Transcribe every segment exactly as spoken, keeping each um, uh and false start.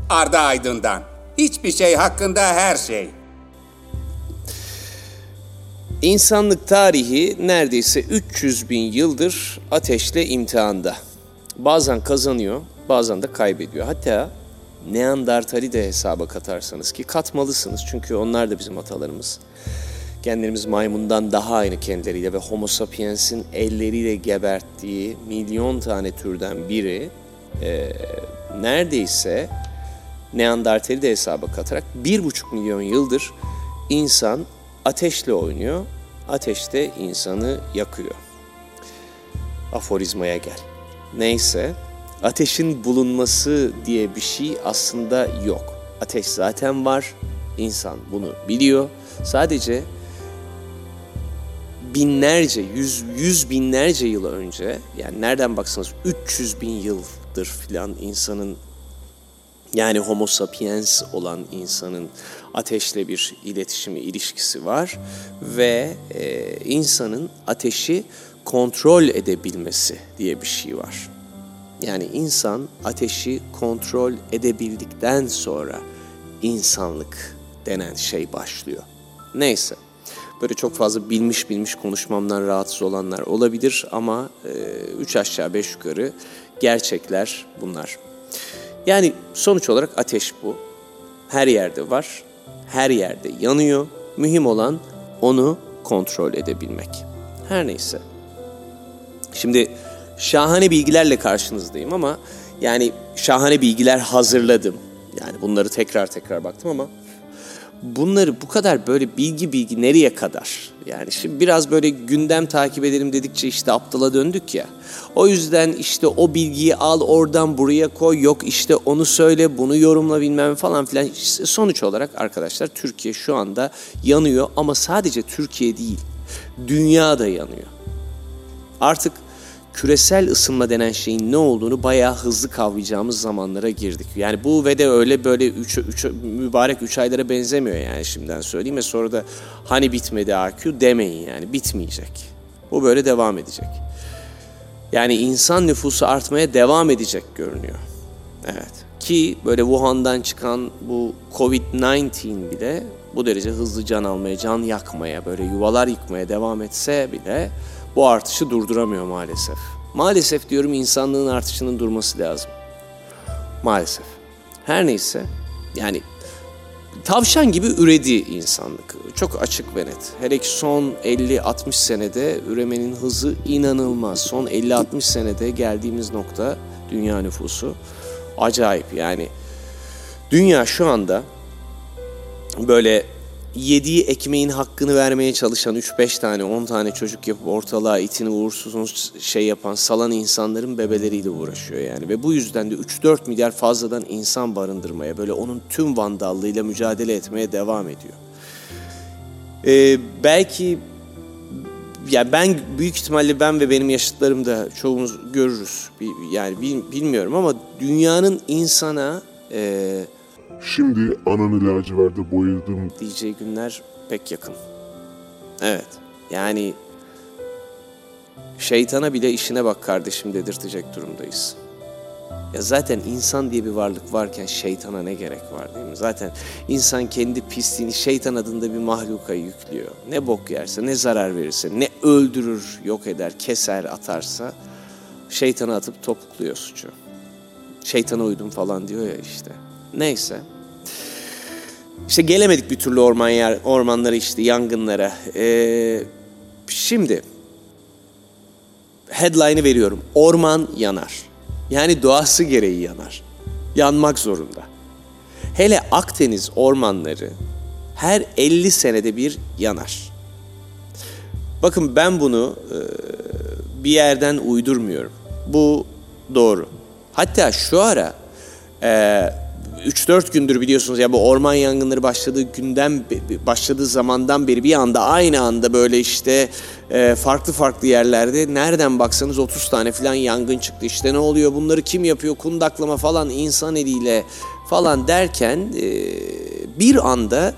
Arda Aydın'dan. Hiçbir şey hakkında her şey. İnsanlık tarihi neredeyse üç yüz bin yıldır ateşle imtihanda. Bazen kazanıyor, bazen de kaybediyor. Hatta Neandertal'i de hesaba katarsanız, ki katmalısınız çünkü onlar da bizim atalarımız. Kendilerimiz maymundan daha aynı kendileriyle ve Homo sapiens'in elleriyle geberttiği milyon tane türden biri e, neredeyse Neandertal'i de hesaba katarak bir buçuk milyon yıldır insan ateşle oynuyor, ateşte insanı yakıyor. Aforizmaya gel. Neyse, ateşin bulunması diye bir şey aslında yok. Ateş zaten var, insan bunu biliyor. Sadece binlerce, yüz, yüz binlerce yıl önce, yani nereden baksanız üç yüz bin yıldır filan insanın, yani Homo sapiens olan insanın ateşle bir iletişimi, ilişkisi var ve e, insanın ateşi kontrol edebilmesi diye bir şey var. Yani insan ateşi kontrol edebildikten sonra insanlık denen şey başlıyor. Neyse, böyle çok fazla bilmiş bilmiş konuşmamdan rahatsız olanlar olabilir ama e, üç aşağı beş yukarı gerçekler bunlar. Yani sonuç olarak ateş bu. Her yerde var, her yerde yanıyor. Mühim olan onu kontrol edebilmek. Her neyse. Şimdi şahane bilgilerle karşınızdayım ama yani şahane bilgiler hazırladım. Yani bunları tekrar tekrar baktım ama bunları bu kadar böyle bilgi bilgi nereye kadar? Yani şimdi biraz böyle gündem takip edelim dedikçe işte aptala döndük ya. O yüzden işte o bilgiyi al oradan buraya koy, yok işte onu söyle, bunu yorumla bilmem falan filan. İşte sonuç olarak arkadaşlar Türkiye şu anda yanıyor ama sadece Türkiye değil, dünya da yanıyor. Artık küresel ısınma denen şeyin ne olduğunu bayağı hızlı kavrayacağımız zamanlara girdik. Yani bu ve de öyle böyle üç, üç, mübarek üç aylara benzemiyor yani şimdiden söyleyeyim ve sonra da hani bitmedi A Q demeyin yani bitmeyecek. Bu böyle devam edecek. Yani insan nüfusu artmaya devam edecek görünüyor. Evet. Ki böyle Wuhan'dan çıkan bu kovid on dokuz bile bu derece hızlı can almaya, can yakmaya, böyle yuvalar yıkmaya devam etse bile bu artışı durduramıyor maalesef. Maalesef diyorum, insanlığın artışının durması lazım. Maalesef. Her neyse, yani tavşan gibi üredi insanlık. Çok açık ve net. Hele ki son elli altmış senede üremenin hızı inanılmaz. Son elli altmış senede geldiğimiz nokta, dünya nüfusu acayip. Yani dünya şu anda böyle yediği ekmeğin hakkını vermeye çalışan üç beş tane on tane çocuk yapıp ortalığa itini uğursuz şey yapan, salan insanların bebeleriyle uğraşıyor yani. Ve bu yüzden de üç dört milyar fazladan insan barındırmaya, böyle onun tüm vandallığıyla mücadele etmeye devam ediyor. Ee, belki ya ben büyük ihtimalle ben ve benim yaşıtlarım da çoğumuz görürüz. Yani bilmiyorum ama dünyanın insana e, şimdi ananı laciverde boyadım diyeceği günler pek yakın. Evet, yani şeytana bile işine bak kardeşim dedirtecek durumdayız. Ya zaten insan diye bir varlık varken şeytana ne gerek var değil mi? Zaten insan kendi pisliğini şeytan adında bir mahluka yüklüyor. Ne bok yerse, ne zarar verirse, ne öldürür, yok eder, keser, atarsa şeytana atıp topukluyor suçu. Şeytana uydum falan diyor ya işte. Neyse. İşte gelemedik bir türlü orman yer, ormanlara işte yangınlara. Ee, şimdi headline'ı veriyorum. Orman yanar. Yani doğası gereği yanar. Yanmak zorunda. Hele Akdeniz ormanları her elli senede bir yanar. Bakın ben bunu e, bir yerden uydurmuyorum. Bu doğru. Hatta şu ara e, üç dört gündür biliyorsunuz ya, bu orman yangınları başladığı günden başladığı zamandan beri bir anda aynı anda böyle işte e, farklı farklı yerlerde nereden baksanız otuz tane falan yangın çıktı. İşte ne oluyor, bunları kim yapıyor, kundaklama falan, insan eliyle falan derken e, bir anda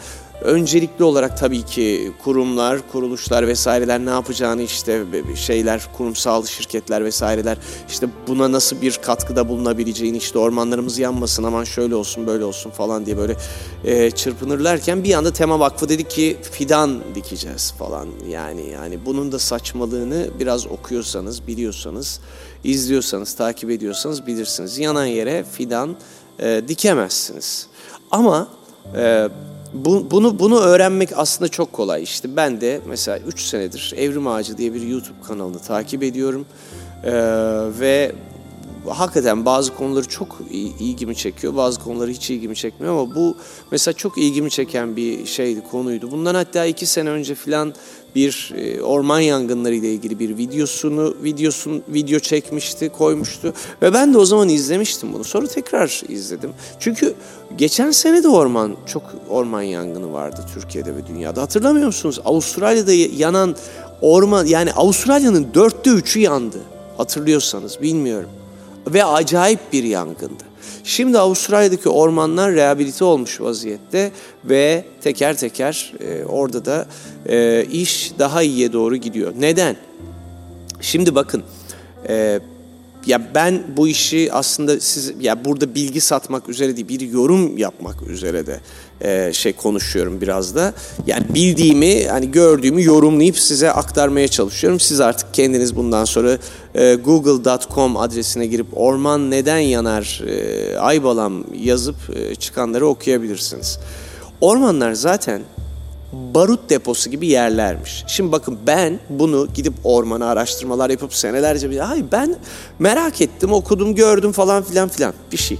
öncelikli olarak tabii ki kurumlar, kuruluşlar vesaireler ne yapacağını işte şeyler, kurumsal şirketler vesaireler işte buna nasıl bir katkıda bulunabileceğini işte ormanlarımız yanmasın aman şöyle olsun böyle olsun falan diye böyle e, çırpınırlarken bir anda Tema Vakfı dedi ki fidan dikeceğiz falan yani yani bunun da saçmalığını biraz okuyorsanız, biliyorsanız, izliyorsanız, takip ediyorsanız bilirsiniz. Yanan yere fidan e, dikemezsiniz. Ama e, bu, bunu bunu öğrenmek aslında çok kolay. İşte ben de mesela üç senedir Evrim Ağacı diye bir YouTube kanalını takip ediyorum. E, ve hakikaten bazı konuları çok ilgimi çekiyor, bazı konuları hiç ilgimi çekmiyor ama bu mesela çok ilgimi çeken bir şeydi, konuydu. Bundan hatta iki sene önce filan bir orman yangınları ile ilgili bir videosunu, videosunu video çekmişti, koymuştu ve ben de o zaman izlemiştim bunu. Sonra tekrar izledim. Çünkü geçen sene de orman çok orman yangını vardı Türkiye'de ve dünyada. Hatırlamıyor musunuz? Avustralya'da yanan orman yani Avustralya'nın dörtte üçü yandı. Hatırlıyorsanız bilmiyorum. Ve acayip bir yangındı. Şimdi Avustralya'daki ormanlar rehabilite olmuş vaziyette ve teker teker e, orada da e, iş daha iyiye doğru gidiyor. Neden? Şimdi bakın, e, ya ben bu işi aslında siz ya burada bilgi satmak üzere değil, bir yorum yapmak üzere de e, şey konuşuyorum biraz da. Yani bildiğimi, hani gördüğümü yorumlayıp size aktarmaya çalışıyorum. Siz artık kendiniz bundan sonra e, google nokta com adresine girip orman neden yanar e, Aybalam yazıp e, çıkanları okuyabilirsiniz. Ormanlar zaten barut deposu gibi yerlermiş. Şimdi bakın ben bunu gidip ormana araştırmalar yapıp senelerce bir hayır ben merak ettim, okudum, gördüm falan filan filan bir şey.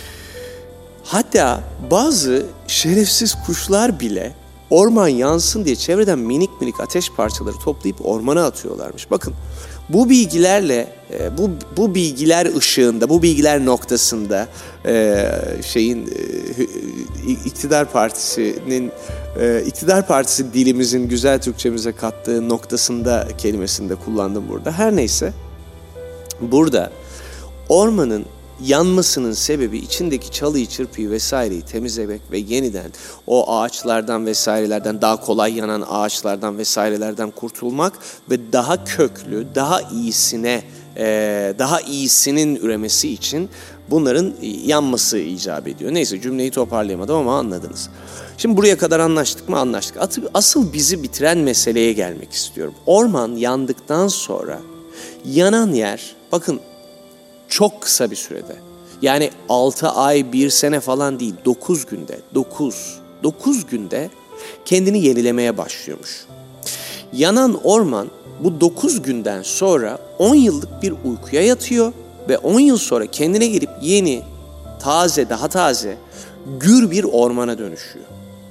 Hatta bazı şerefsiz kuşlar bile orman yansın diye çevreden minik minik ateş parçaları toplayıp ormana atıyorlarmış. Bakın bu bilgilerle, bu bu bilgiler ışığında, bu bilgiler noktasında şeyin iktidar partisinin iktidar partisi dilimizin güzel Türkçemize kattığı noktasında kelimesini de kullandım burada. Her neyse burada ormanın yanmasının sebebi içindeki çalıyı, çırpıyı vesaireyi temizlemek ve yeniden o ağaçlardan vesairelerden, daha kolay yanan ağaçlardan vesairelerden kurtulmak ve daha köklü, daha iyisine, daha iyisinin üremesi için bunların yanması icap ediyor. Neyse cümleyi toparlayamadım ama anladınız. Şimdi buraya kadar anlaştık mı? Anlaştık. Asıl bizi bitiren meseleye gelmek istiyorum. Orman yandıktan sonra yanan yer, bakın çok kısa bir sürede, yani altı ay, bir sene falan değil, dokuz günde, dokuz, dokuz günde kendini yenilemeye başlıyormuş. Yanan orman bu dokuz günden sonra on yıllık bir uykuya yatıyor ve on yıl sonra kendine gelip yeni, taze, daha taze, gür bir ormana dönüşüyor.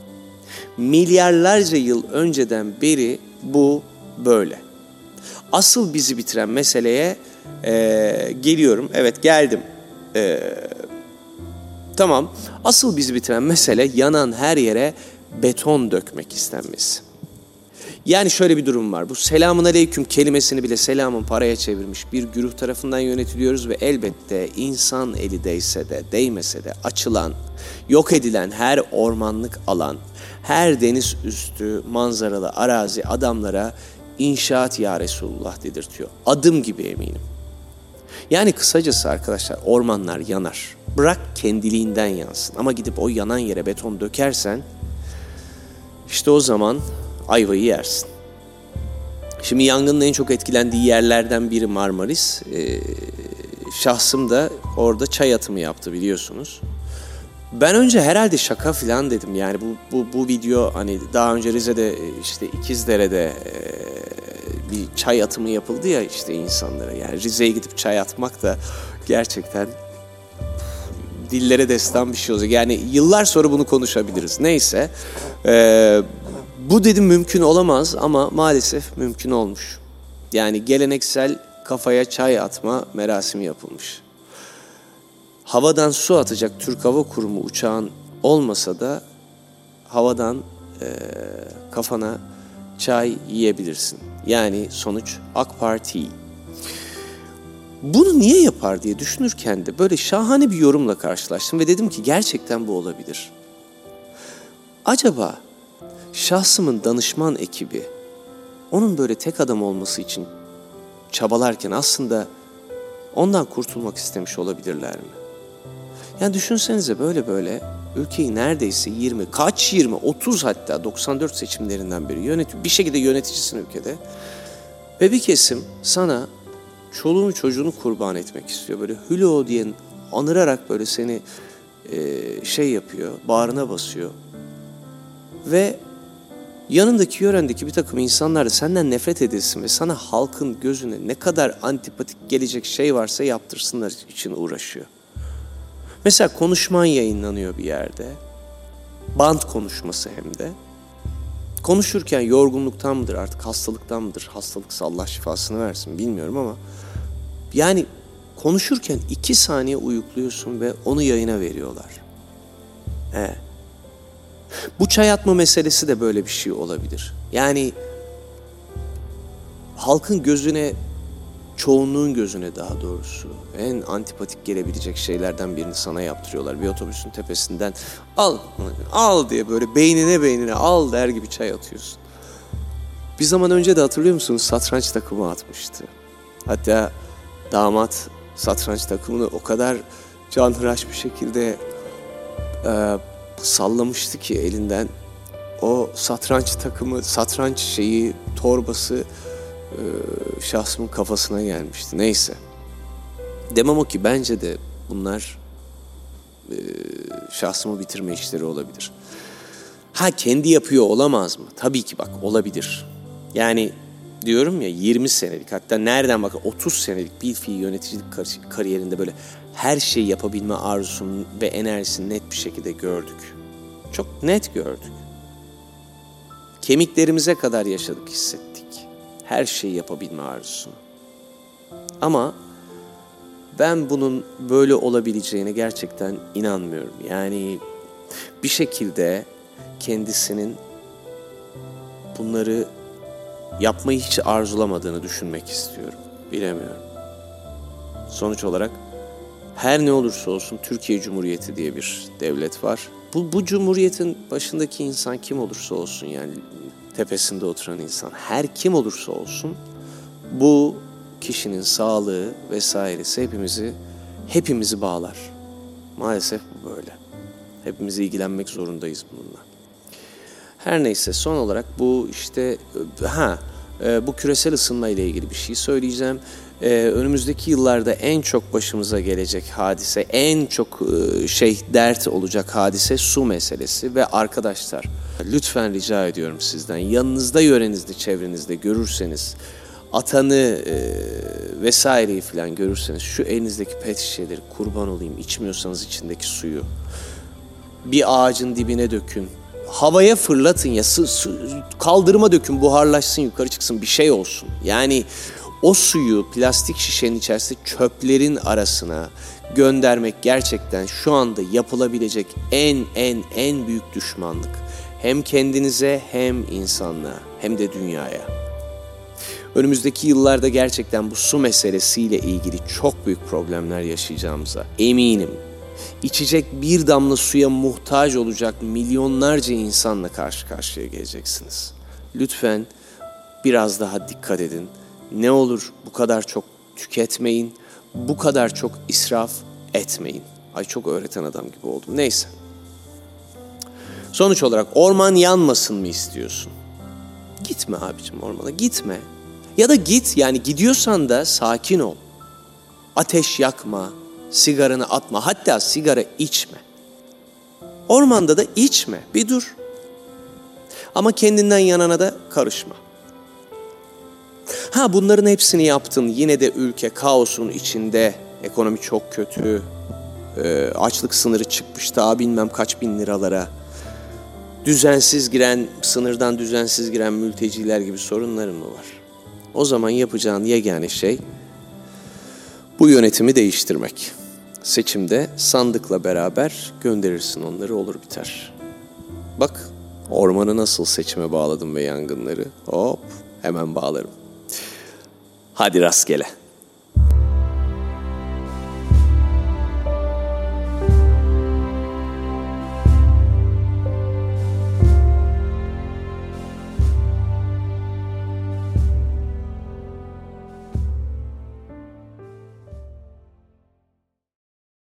Milyarlarca yıl önceden beri bu böyle. Asıl bizi bitiren meseleye Ee, geliyorum. Evet geldim. Ee, tamam. Asıl bizi bitiren mesele yanan her yere beton dökmek istenmesi. Yani şöyle bir durum var. Bu selamun aleyküm kelimesini bile selamın paraya çevirmiş bir güruh tarafından yönetiliyoruz ve elbette insan eli değse de değmese de açılan, yok edilen her ormanlık alan, her deniz üstü manzaralı arazi adamlara inşaat ya Resulullah dedirtiyor. Adım gibi eminim. Yani kısacası arkadaşlar ormanlar yanar. Bırak kendiliğinden yansın. Ama gidip o yanan yere beton dökersen işte o zaman ayvayı yersin. Şimdi yangının en çok etkilendiği yerlerden biri Marmaris. Ee, şahsım da orada çay atımı yaptı biliyorsunuz. Ben önce herhalde şaka falan dedim. Yani bu bu bu video hani daha önce Rize'de işte İkizdere'de e, bir çay atımı yapıldı ya işte insanlara. Yani Rize'ye gidip çay atmak da gerçekten dillere destan bir şey olacak. Yani yıllar sonra bunu konuşabiliriz. Neyse. E, bu dedim mümkün olamaz ama maalesef mümkün olmuş. Yani geleneksel kafaya çay atma merasimi yapılmış. Havadan su atacak Türk Hava Kurumu uçağın olmasa da havadan e, kafana çay yiyebilirsin. Yani sonuç AK Parti. Bunu niye yapar diye düşünürken de böyle şahane bir yorumla karşılaştım ve dedim ki gerçekten bu olabilir. Acaba şahsımın danışman ekibi onun böyle tek adam olması için çabalarken aslında ondan kurtulmak istemiş olabilirler mi? Yani düşünsenize böyle böyle ülkeyi neredeyse yirmi, kaç yirmi, otuz hatta doksan dört seçimlerinden beri yönetiyor. Bir şekilde yöneticisin ülkede. Ve bir kesim sana çoluğunu çocuğunu kurban etmek istiyor. Böyle hülo diye anırarak böyle seni e, şey yapıyor, bağrına basıyor. Ve yanındaki yörendeki bir takım insanlar da senden nefret edilsin ve sana halkın gözüne ne kadar antipatik gelecek şey varsa yaptırsınlar için uğraşıyor. Mesela konuşman yayınlanıyor bir yerde. Band konuşması hem de. Konuşurken yorgunluktan mıdır artık hastalıktan mıdır? Hastalıksa Allah şifasını versin bilmiyorum ama. Yani konuşurken iki saniye uyukluyorsun ve onu yayına veriyorlar. He. Bu çay atma meselesi de böyle bir şey olabilir. Yani halkın gözüne, çoğunluğun gözüne daha doğrusu en antipatik gelebilecek şeylerden birini sana yaptırıyorlar. Bir otobüsün tepesinden al, al diye böyle beynine beynine al der gibi çay atıyorsun. Bir zaman önce de hatırlıyor musunuz satranç takımı atmıştı. Hatta damat satranç takımını o kadar canhıraş bir şekilde e, sallamıştı ki elinden. O satranç takımı, satranç şeyi, torbası e, şahsımın kafasına gelmişti. Neyse. Demem o ki bence de bunlar e, şahsımı bitirme işleri olabilir. Ha kendi yapıyor olamaz mı? Tabii ki bak olabilir. Yani diyorum ya yirmi senelik hatta nereden bak otuz senelik bir fiil yöneticilik kariyerinde böyle her şeyi yapabilme arzusunu ve enerjisini net bir şekilde gördük. Çok net gördük. Kemiklerimize kadar yaşadık, hissettik. Her şeyi yapabilme arzusunu. Ama ben bunun böyle olabileceğine gerçekten inanmıyorum. Yani bir şekilde kendisinin bunları yapmayı hiç arzulamadığını düşünmek istiyorum. Bilemiyorum. Sonuç olarak her ne olursa olsun Türkiye Cumhuriyeti diye bir devlet var. Bu, bu cumhuriyetin başındaki insan kim olursa olsun yani tepesinde oturan insan her kim olursa olsun bu kişinin sağlığı vesairesi hepimizi hepimizi bağlar. Maalesef bu böyle. Hepimiz ilgilenmek zorundayız bununla. Her neyse son olarak bu işte ha bu küresel ısınma ile ilgili bir şey söyleyeceğim. Ee, önümüzdeki yıllarda en çok başımıza gelecek hadise, en çok e, şey dert olacak hadise su meselesi ve arkadaşlar lütfen rica ediyorum sizden yanınızda, yörenizde, çevrenizde görürseniz atanı e, vesaireyi falan görürseniz şu elinizdeki pet şişeleri kurban olayım içmiyorsanız içindeki suyu bir ağacın dibine dökün. Havaya fırlatın ya su, su, kaldırıma dökün buharlaşsın yukarı çıksın bir şey olsun. Yani o suyu plastik şişenin içerisinde çöplerin arasına göndermek gerçekten şu anda yapılabilecek en en en büyük düşmanlık. Hem kendinize hem insanlığa hem de dünyaya. Önümüzdeki yıllarda gerçekten bu su meselesiyle ilgili çok büyük problemler yaşayacağımıza eminim. İçecek bir damla suya muhtaç olacak milyonlarca insanla karşı karşıya geleceksiniz. Lütfen biraz daha dikkat edin. Ne olur bu kadar çok tüketmeyin, bu kadar çok israf etmeyin. Ay çok öğreten adam gibi oldum. Neyse. Sonuç olarak orman yanmasın mı istiyorsun? Gitme abicim ormana, gitme. Ya da git yani gidiyorsan da sakin ol. Ateş yakma, sigaranı atma, hatta sigara içme. Ormanda da içme, bir dur. Ama kendinden yanana da karışma. Ha bunların hepsini yaptın, yine de ülke kaosun içinde, ekonomi çok kötü, e, açlık sınırı çıkmış daha bilmem kaç bin liralara, düzensiz giren, sınırdan düzensiz giren mülteciler gibi sorunların mı var? O zaman yapacağın yegane şey bu yönetimi değiştirmek. Seçimde sandıkla beraber gönderirsin onları, olur biter. Bak ormanı nasıl seçime bağladım ve yangınları, hop hemen bağlarım. Hadi rastgele.